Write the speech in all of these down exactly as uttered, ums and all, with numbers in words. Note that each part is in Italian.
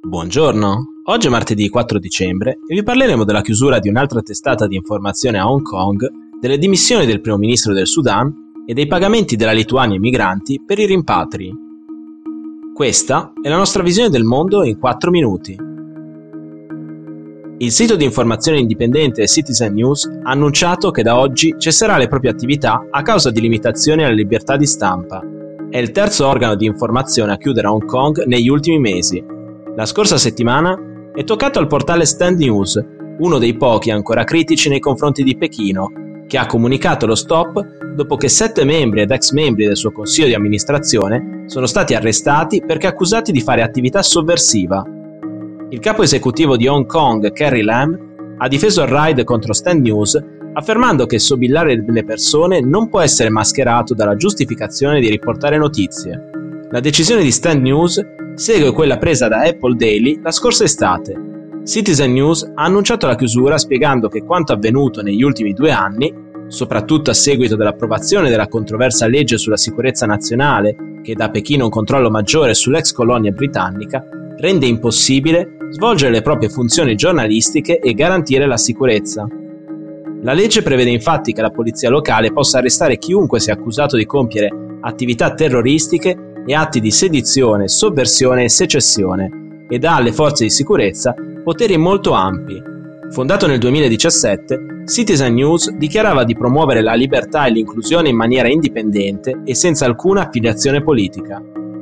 Buongiorno, oggi è martedì quattro dicembre e vi parleremo della chiusura di un'altra testata di informazione a Hong Kong, delle dimissioni del primo ministro del Sudan e dei pagamenti della Lituania ai migranti per i rimpatri. Questa è la nostra visione del mondo in quattro minuti. Il sito di informazione indipendente Citizen News ha annunciato che da oggi cesserà le proprie attività a causa di limitazioni alla libertà di stampa. È il terzo organo di informazione a chiudere a Hong Kong negli ultimi mesi. La scorsa settimana è toccato al portale Stand News, uno dei pochi ancora critici nei confronti di Pechino, che ha comunicato lo stop dopo che sette membri ed ex membri del suo consiglio di amministrazione sono stati arrestati perché accusati di fare attività sovversiva. Il capo esecutivo di Hong Kong, Carrie Lam, ha difeso il raid contro Stand News, affermando che sobillare le persone non può essere mascherato dalla giustificazione di riportare notizie. La decisione di Stand News segue quella presa da Apple Daily la scorsa estate. Citizen News ha annunciato la chiusura spiegando che quanto avvenuto negli ultimi due anni, soprattutto a seguito dell'approvazione della controversa legge sulla sicurezza nazionale, che dà a Pechino un controllo maggiore sull'ex colonia britannica, rende impossibile svolgere le proprie funzioni giornalistiche e garantire la sicurezza. La legge prevede infatti che la polizia locale possa arrestare chiunque sia accusato di compiere attività terroristiche e atti di sedizione, sovversione e secessione, e dà alle forze di sicurezza poteri molto ampi. Fondato nel duemiladiciassette, Citizen News dichiarava di promuovere la libertà e l'inclusione in maniera indipendente e senza alcuna affiliazione politica.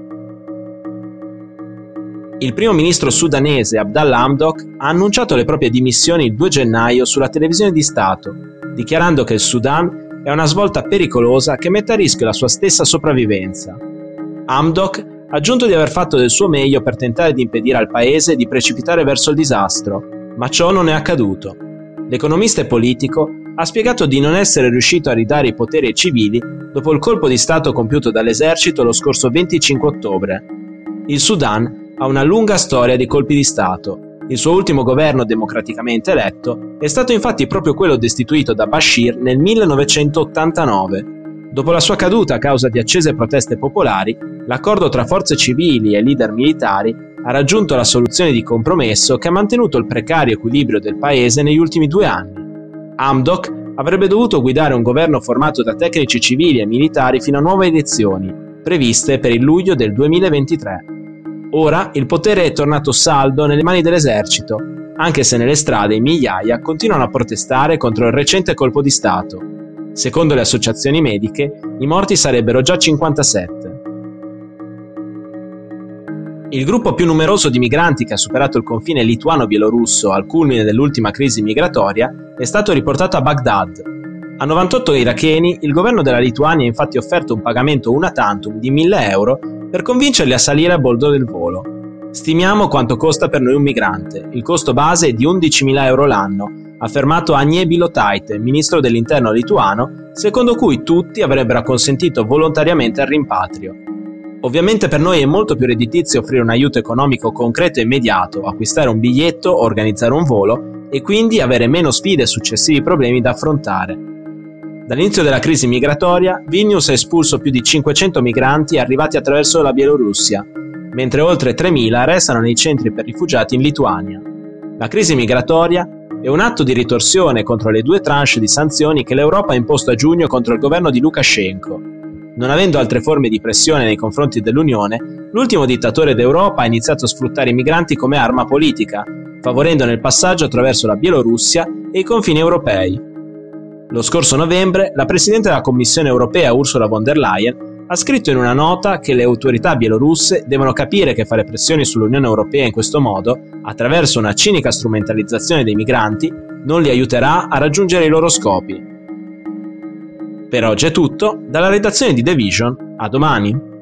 Il primo ministro sudanese Abdallah Hamdok ha annunciato le proprie dimissioni il due gennaio sulla televisione di Stato, dichiarando che il Sudan è una svolta pericolosa che mette a rischio la sua stessa sopravvivenza. Hamdok ha aggiunto di aver fatto del suo meglio per tentare di impedire al paese di precipitare verso il disastro, ma ciò non è accaduto. L'economista e politico ha spiegato di non essere riuscito a ridare i poteri ai civili dopo il colpo di stato compiuto dall'esercito lo scorso venticinque ottobre. Il Sudan ha una lunga storia di colpi di stato. Il suo ultimo governo democraticamente eletto è stato infatti proprio quello destituito da Bashir nel millenovecentottantanove. Dopo la sua caduta a causa di accese proteste popolari, l'accordo tra forze civili e leader militari ha raggiunto la soluzione di compromesso che ha mantenuto il precario equilibrio del paese negli ultimi due anni. Hamdok avrebbe dovuto guidare un governo formato da tecnici civili e militari fino a nuove elezioni, previste per il luglio del duemilaventitré. Ora il potere è tornato saldo nelle mani dell'esercito, anche se nelle strade migliaia continuano a protestare contro il recente colpo di stato. Secondo le associazioni mediche, i morti sarebbero già cinquantasette. Il gruppo più numeroso di migranti che ha superato il confine lituano-bielorusso al culmine dell'ultima crisi migratoria è stato riportato a Baghdad. A novantotto iracheni, il governo della Lituania ha infatti offerto un pagamento una tantum di mille euro per convincerli a salire a bordo del volo. Stimiamo quanto costa per noi un migrante. Il costo base è di undicimila euro l'anno, ha affermato Anie Bilotaite, ministro dell'interno lituano, secondo cui tutti avrebbero acconsentito volontariamente al rimpatrio. Ovviamente per noi è molto più redditizio offrire un aiuto economico concreto e immediato, acquistare un biglietto, organizzare un volo e quindi avere meno sfide e successivi problemi da affrontare. Dall'inizio della crisi migratoria, Vilnius ha espulso più di cinquecento migranti arrivati attraverso la Bielorussia, mentre oltre tremila restano nei centri per rifugiati in Lituania. La crisi migratoria è un atto di ritorsione contro le due tranche di sanzioni che l'Europa ha imposto a giugno contro il governo di Lukashenko. Non avendo altre forme di pressione nei confronti dell'Unione, l'ultimo dittatore d'Europa ha iniziato a sfruttare i migranti come arma politica, favorendone il passaggio attraverso la Bielorussia e i confini europei. Lo scorso novembre, la Presidente della Commissione europea Ursula von der Leyen ha scritto in una nota che le autorità bielorusse devono capire che fare pressioni sull'Unione Europea in questo modo, attraverso una cinica strumentalizzazione dei migranti, non li aiuterà a raggiungere i loro scopi. Per oggi è tutto, dalla redazione di The Vision, a domani.